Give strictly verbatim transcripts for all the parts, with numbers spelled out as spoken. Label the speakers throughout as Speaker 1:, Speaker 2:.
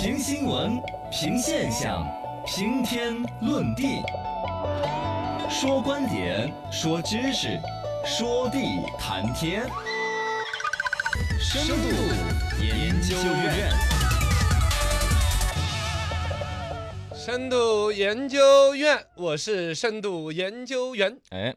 Speaker 1: 评新闻，评现象，评天论地，说观点，说知识，说地谈天。深度研究院，
Speaker 2: 深度研究院，我是深度研究员。
Speaker 3: 哎，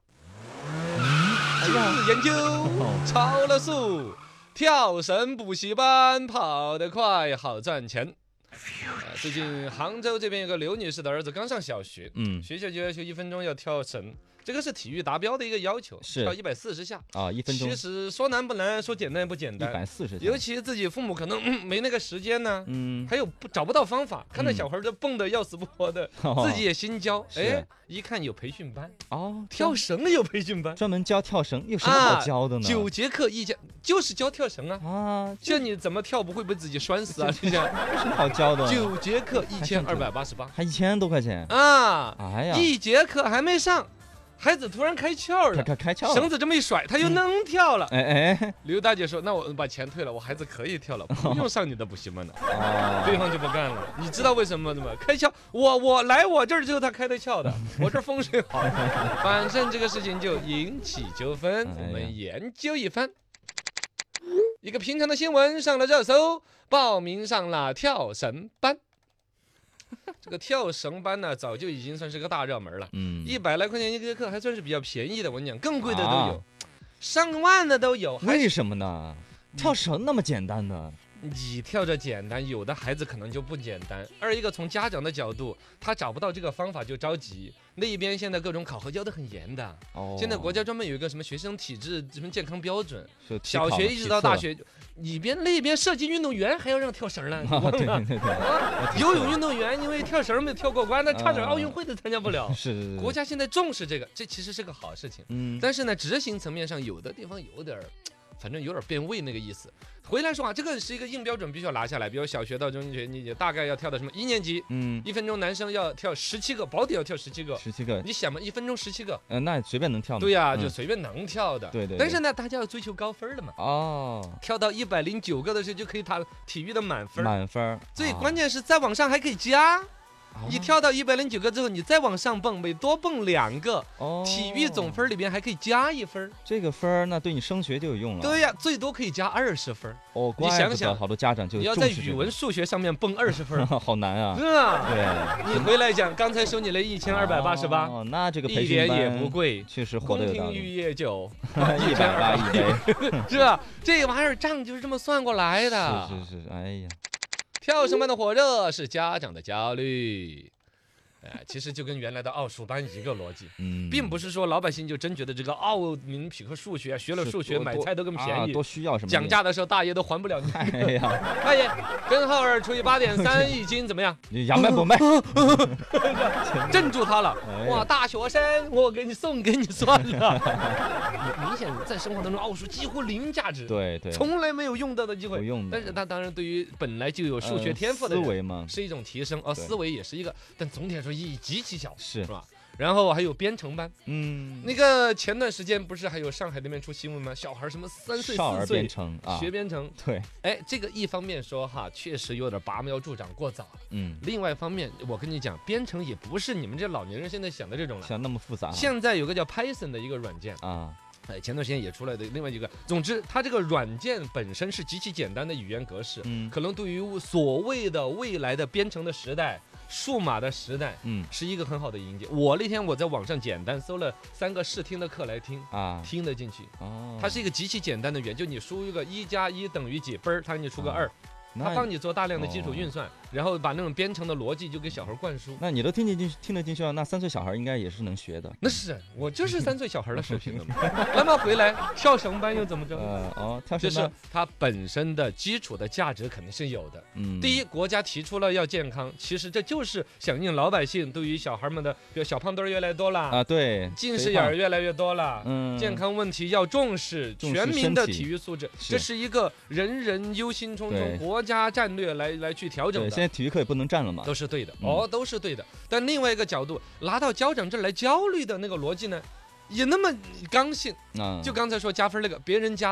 Speaker 2: 今日研究超了速，跳绳补习班跑得快，好赚钱。呃、最近杭州这边有个刘女士的儿子刚上小学，
Speaker 3: 嗯，
Speaker 2: 学校就要求一分钟要跳绳，这个是体育达标的一个要求，
Speaker 3: 是
Speaker 2: 跳一百四十下
Speaker 3: 啊，一分钟
Speaker 2: 其实说难不难，说简单不简
Speaker 3: 一
Speaker 2: 单，
Speaker 3: 百四十，
Speaker 2: 尤其自己父母可能、嗯、没那个时间呢，
Speaker 3: 嗯，
Speaker 2: 还有不找不到方法，看到小孩儿都蹦得要死不活的，
Speaker 3: 哦
Speaker 2: 自己也心焦。
Speaker 3: 是
Speaker 2: 哎，一看有培训班，
Speaker 3: 哦，
Speaker 2: 跳绳有培训班，
Speaker 3: 专门教跳绳，有什么好教的呢？
Speaker 2: 九节课一节就是教跳绳啊，
Speaker 3: 啊，
Speaker 2: 教你怎么跳不会被自己拴死啊，这样。
Speaker 3: 有什么好教的？
Speaker 2: 九节课一千二百八十八，
Speaker 3: 还一千多块钱
Speaker 2: 啊！
Speaker 3: 哎呀，
Speaker 2: 一节课还没上，孩子突然开窍了，
Speaker 3: 开开窍了，
Speaker 2: 绳子这么一甩，他又能跳了。
Speaker 3: 哎哎，
Speaker 2: 刘大姐说：“那我把钱退了，我孩子可以跳了，不用上你的补习班了。”
Speaker 3: 哦，
Speaker 2: 对方就不干了，你知道为什么吗？开窍，我我来我这儿就是他开的窍的，我这儿风水好。反正这个事情就引起纠纷，我们研究一番。一个平常的新闻上了热搜，报名上了跳绳班。这个跳绳班呢，早就已经算是个大热门了。
Speaker 3: 嗯，
Speaker 2: 一百来块钱一节课还算是比较便宜的，我跟你讲，更贵的都有，
Speaker 3: 啊
Speaker 2: 上万的都有。
Speaker 3: 为什么呢？跳绳那么简单呢？
Speaker 2: 你跳着简单，有的孩子可能就不简单。二一个从家长的角度，他找不到这个方法就着急。那一边现在各种考核教得很严的，
Speaker 3: 哦，
Speaker 2: 现在国家专门有一个什么学生体质什么健康标准，
Speaker 3: 是体
Speaker 2: 小
Speaker 3: 考
Speaker 2: 学一直到大
Speaker 3: 体
Speaker 2: 学，里边那边射击运动员还要让跳绳呢，你
Speaker 3: 测啊，对
Speaker 2: 忘了？
Speaker 3: 对对对，
Speaker 2: 啊游泳运动员因为跳绳没跳过关，那差点
Speaker 3: 啊
Speaker 2: 奥运会都参加不了。
Speaker 3: 是是是，
Speaker 2: 国家现在重视这个，这其实是个好事情。
Speaker 3: 嗯，
Speaker 2: 但是呢，执行层面上有的地方有点儿，反正有点变味那个意思。回来说啊，这个是一个硬标准，必须要拿下来。比如小学到中学，你大概要跳的什么？一年级，
Speaker 3: 嗯，
Speaker 2: 一分钟男生要跳十七个，保底要跳十七个。
Speaker 3: 十七个，
Speaker 2: 你想嘛，一分钟十七个，
Speaker 3: 呃，那随便能跳吗？
Speaker 2: 对呀、
Speaker 3: 嗯
Speaker 2: 就随便能跳的。
Speaker 3: 对对对
Speaker 2: 但是呢，大家要追求高分的嘛，
Speaker 3: 哦，
Speaker 2: 跳到一百零九个的时候就可以打体育的满分。
Speaker 3: 满分儿，
Speaker 2: 最
Speaker 3: 啊
Speaker 2: 关键是再往上还可以加。
Speaker 3: 啊
Speaker 2: 你跳到一百零九个之后，你再往上蹦，每多蹦两个，
Speaker 3: 哦，
Speaker 2: 体育总分里边还可以加一分。
Speaker 3: 这个分儿，那对你升学就有用了。
Speaker 2: 对呀、最多可以加二十分。
Speaker 3: 哦，
Speaker 2: 你
Speaker 3: 怪不得
Speaker 2: 想想
Speaker 3: 好多家长就
Speaker 2: 你要在
Speaker 3: 重视这个
Speaker 2: 语文、数学上面蹦二十分，
Speaker 3: 好难啊。
Speaker 2: 是吧？
Speaker 3: 对，
Speaker 2: 你回来讲，刚才收你了一千二百八十八，
Speaker 3: 哦，那这个培
Speaker 2: 一点
Speaker 3: 训班
Speaker 2: 也不，贵，
Speaker 3: 确实活得有道
Speaker 2: 宫廷玉
Speaker 3: 理。
Speaker 2: 液酒
Speaker 3: 一百八一杯，
Speaker 2: 是吧？这玩意儿账就是这么算过来的。
Speaker 3: 是是是，哎呀，
Speaker 2: 跳绳班的火热是家长的焦虑。哎，其实就跟原来的奥数班一个逻辑，
Speaker 3: 嗯，
Speaker 2: 并不是说老百姓就真觉得这个奥林匹克数学学了
Speaker 3: 是
Speaker 2: 数学
Speaker 3: 多多
Speaker 2: 买菜都更
Speaker 3: 啊
Speaker 2: 便宜，
Speaker 3: 多需要什么
Speaker 2: 讲价的时候大爷都还不了你。
Speaker 3: 哎呀，
Speaker 2: 大爷，根号二除以八点三一斤怎么样？
Speaker 3: 你杨卖不卖？
Speaker 2: 镇住他了！
Speaker 3: 哎
Speaker 2: 哇，大学生，我给你送给你算了。明显在生活当中，奥数几乎零价值，
Speaker 3: 对对，
Speaker 2: 从来没有用到的机会。
Speaker 3: 不用的
Speaker 2: 但是他当然对于本来就有数学
Speaker 3: 呃
Speaker 2: 天赋的人
Speaker 3: 思维嘛，
Speaker 2: 是一种提升，而
Speaker 3: 对
Speaker 2: 思维也是一个，但总体来说意义极其小，
Speaker 3: 是
Speaker 2: 是吧？然后还有编程班，
Speaker 3: 嗯，
Speaker 2: 那个前段时间不是还有上海那边出新闻吗？小孩什么三岁
Speaker 3: 少儿编
Speaker 2: 四岁
Speaker 3: 程啊，
Speaker 2: 学编程，
Speaker 3: 对，
Speaker 2: 哎，这个一方面说哈，确实有点拔苗助长过早了。
Speaker 3: 嗯，
Speaker 2: 另外一方面，我跟你讲，编程也不是你们这老年人现在想的这种了。
Speaker 3: 像那么复杂啊
Speaker 2: 现在有个叫 Python 的一个软件，
Speaker 3: 啊，
Speaker 2: 哎，前段时间也出来的另外一个。总之，它这个软件本身是极其简单的语言格式，
Speaker 3: 嗯
Speaker 2: 可能对于所谓的未来的编程的时代、数码的时代，
Speaker 3: 嗯
Speaker 2: 是一个很好的迎接。我那天我在网上简单搜了三个试听的课来听，
Speaker 3: 啊，
Speaker 2: 听得进去。
Speaker 3: 哦，
Speaker 2: 它是一个极其简单的语言，就你输一个一加一等于几，嘣儿，它给你出个
Speaker 3: 啊
Speaker 2: 二。他
Speaker 3: 那
Speaker 2: 帮你做大量的基础
Speaker 3: 哦
Speaker 2: 运算，然后把那种编程的逻辑就给小孩灌输。
Speaker 3: 那你都听得进去，听得进去了，那三岁小孩应该也是能学的。
Speaker 2: 那是我就是三岁小孩的水平了嘛。那么回来跳绳班又怎么着？
Speaker 3: 呃哦，跳
Speaker 2: 就是
Speaker 3: 绳班，
Speaker 2: 它本身的基础的价值肯定是有的。
Speaker 3: 嗯，
Speaker 2: 第一，国家提出了要健康，其实这就是响应老百姓对于小孩们的，比如小胖墩儿越来越多了，
Speaker 3: 啊，对，
Speaker 2: 近视
Speaker 3: 肥胖
Speaker 2: 眼儿越来越多了。
Speaker 3: 嗯，
Speaker 2: 健康问题要重视，
Speaker 3: 重视
Speaker 2: 全民的
Speaker 3: 身体
Speaker 2: 体育素质，
Speaker 3: 是
Speaker 2: 这是一个人人忧心忡忡，
Speaker 3: 对
Speaker 2: 国家战略来来去调整
Speaker 3: 对，
Speaker 2: 的
Speaker 3: 现。在体育课也不能占了嘛
Speaker 2: 都。是对的，
Speaker 3: 嗯
Speaker 2: 哦，都是对的。但另外一个角度，拿到家长这儿来焦虑的那个逻辑呢，也那么刚性。
Speaker 3: 啊，
Speaker 2: 就刚才说加分那个，别人加了，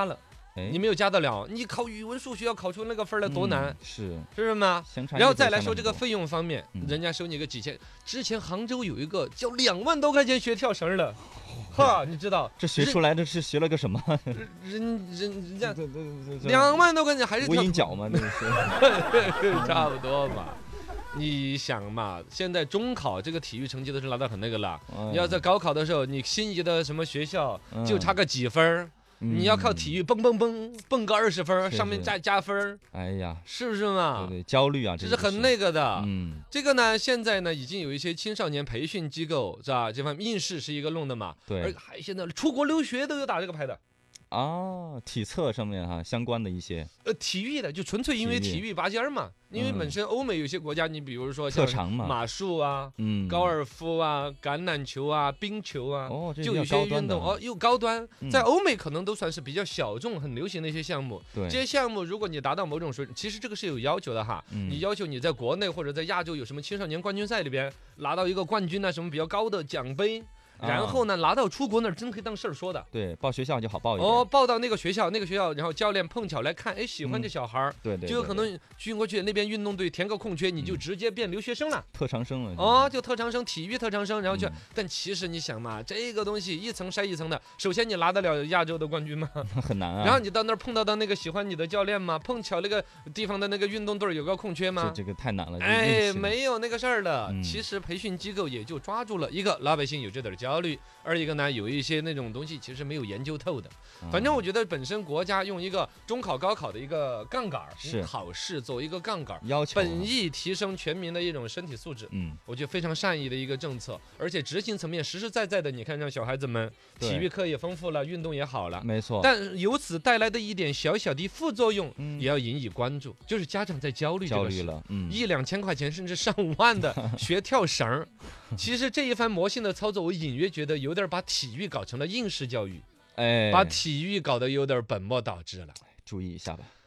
Speaker 3: 哎
Speaker 2: 你没有加得了。你考语文、数学要考出那个分儿来多难，
Speaker 3: 嗯是，
Speaker 2: 是不是嘛？
Speaker 3: 相差
Speaker 2: 然后
Speaker 3: 一倍相当多
Speaker 2: 再来说这个费用方面，
Speaker 3: 嗯
Speaker 2: 人家收你个几千。之前杭州有一个交两万多块钱学跳绳儿的，哈，你知道？
Speaker 3: 这学出来的是学了个什么？
Speaker 2: 人人人家
Speaker 3: 这这这这
Speaker 2: 两万多块钱还是
Speaker 3: 无
Speaker 2: 跳
Speaker 3: 影脚嘛，这是。
Speaker 2: 差不多吧。你想嘛，现在中考这个体育成绩都是拿到很那个了，你要在高考的时候，你心仪的什么学校
Speaker 3: 嗯
Speaker 2: 就差个几分儿，你要靠体育蹦蹦蹦蹦个二十分儿，
Speaker 3: 是是
Speaker 2: 上面再加分儿，
Speaker 3: 哎呀，
Speaker 2: 是不是嘛？
Speaker 3: 对对，焦虑啊，这
Speaker 2: 这是很那个的。
Speaker 3: 嗯，
Speaker 2: 这个呢，现在呢，已经有一些青少年培训机构，是吧？这方面应试是一个弄的嘛，
Speaker 3: 对
Speaker 2: 而还现在出国留学都有打这个牌的。
Speaker 3: 啊，体测上面哈相关的一些
Speaker 2: 呃，体育的就纯粹因为
Speaker 3: 体育
Speaker 2: 体育拔尖儿嘛，因为
Speaker 3: 嗯
Speaker 2: 本身欧美有些国家，你比如说像
Speaker 3: 特长嘛，
Speaker 2: 马术啊、
Speaker 3: 嗯，
Speaker 2: 高尔夫啊、橄榄球啊、冰球啊，
Speaker 3: 哦，这
Speaker 2: 就有
Speaker 3: 比较高端的
Speaker 2: 些运动哦，又高端，
Speaker 3: 嗯
Speaker 2: 在欧美可能都算是比较小众、很流行的一些项目。
Speaker 3: 对，
Speaker 2: 这些项目如果你达到某种水准，其实这个是有要求的哈。
Speaker 3: 嗯
Speaker 2: 你要求你在国内或者在亚洲有什么青少年冠军赛里边拿到一个冠军啊，什么比较高的奖杯。然后呢，拿到出国那儿真可以当事儿说的。
Speaker 3: 对，报学校就好报一点。
Speaker 2: 哦，报到那个学校，那个学校，然后教练碰巧来看，哎，喜欢这小孩儿，
Speaker 3: 对对，
Speaker 2: 就有可能进过去那边运动队填个空缺，你就直接变留学生了。
Speaker 3: 特长生了。
Speaker 2: 哦，就特长生，体育特长生，然后去。
Speaker 3: 嗯
Speaker 2: 但其实你想嘛，这个东西一层筛一层的，首先你拿得了亚洲的冠军吗？
Speaker 3: 很难啊。
Speaker 2: 然后你到那儿碰到的那个喜欢你的教练吗？碰巧那个地方的那个运动队有个空缺吗？
Speaker 3: 这这个太难了。
Speaker 2: 哎，没有那个事儿的。
Speaker 3: 嗯
Speaker 2: 其实培训机构也就抓住了一个老百姓有这点焦虑，二一个呢有一些那种东西其实没有研究透的。反正我觉得本身国家用一个中考高考的一个杠杆儿，
Speaker 3: 是
Speaker 2: 考试作为一个杠杆儿，
Speaker 3: 要求
Speaker 2: 本意提升全民的一种身体素质。
Speaker 3: 嗯，
Speaker 2: 我觉得非常善意的一个政策，而且执行层面实实在在的，你看让小孩子们
Speaker 3: 对
Speaker 2: 体育课也丰富了，运动也好了。
Speaker 3: 没错。
Speaker 2: 但由此带来的一点小小的副作用，
Speaker 3: 嗯
Speaker 2: 也要引以关注，就是家长在焦虑这个事。
Speaker 3: 焦虑了，嗯，
Speaker 2: 一两千块钱甚至上万的学跳绳儿，其实这一番魔性的操作，我隐约觉得有点把体育搞成了应试教育，
Speaker 3: 哎，
Speaker 2: 把体育搞得有点本末倒置了。
Speaker 3: 注意一下吧。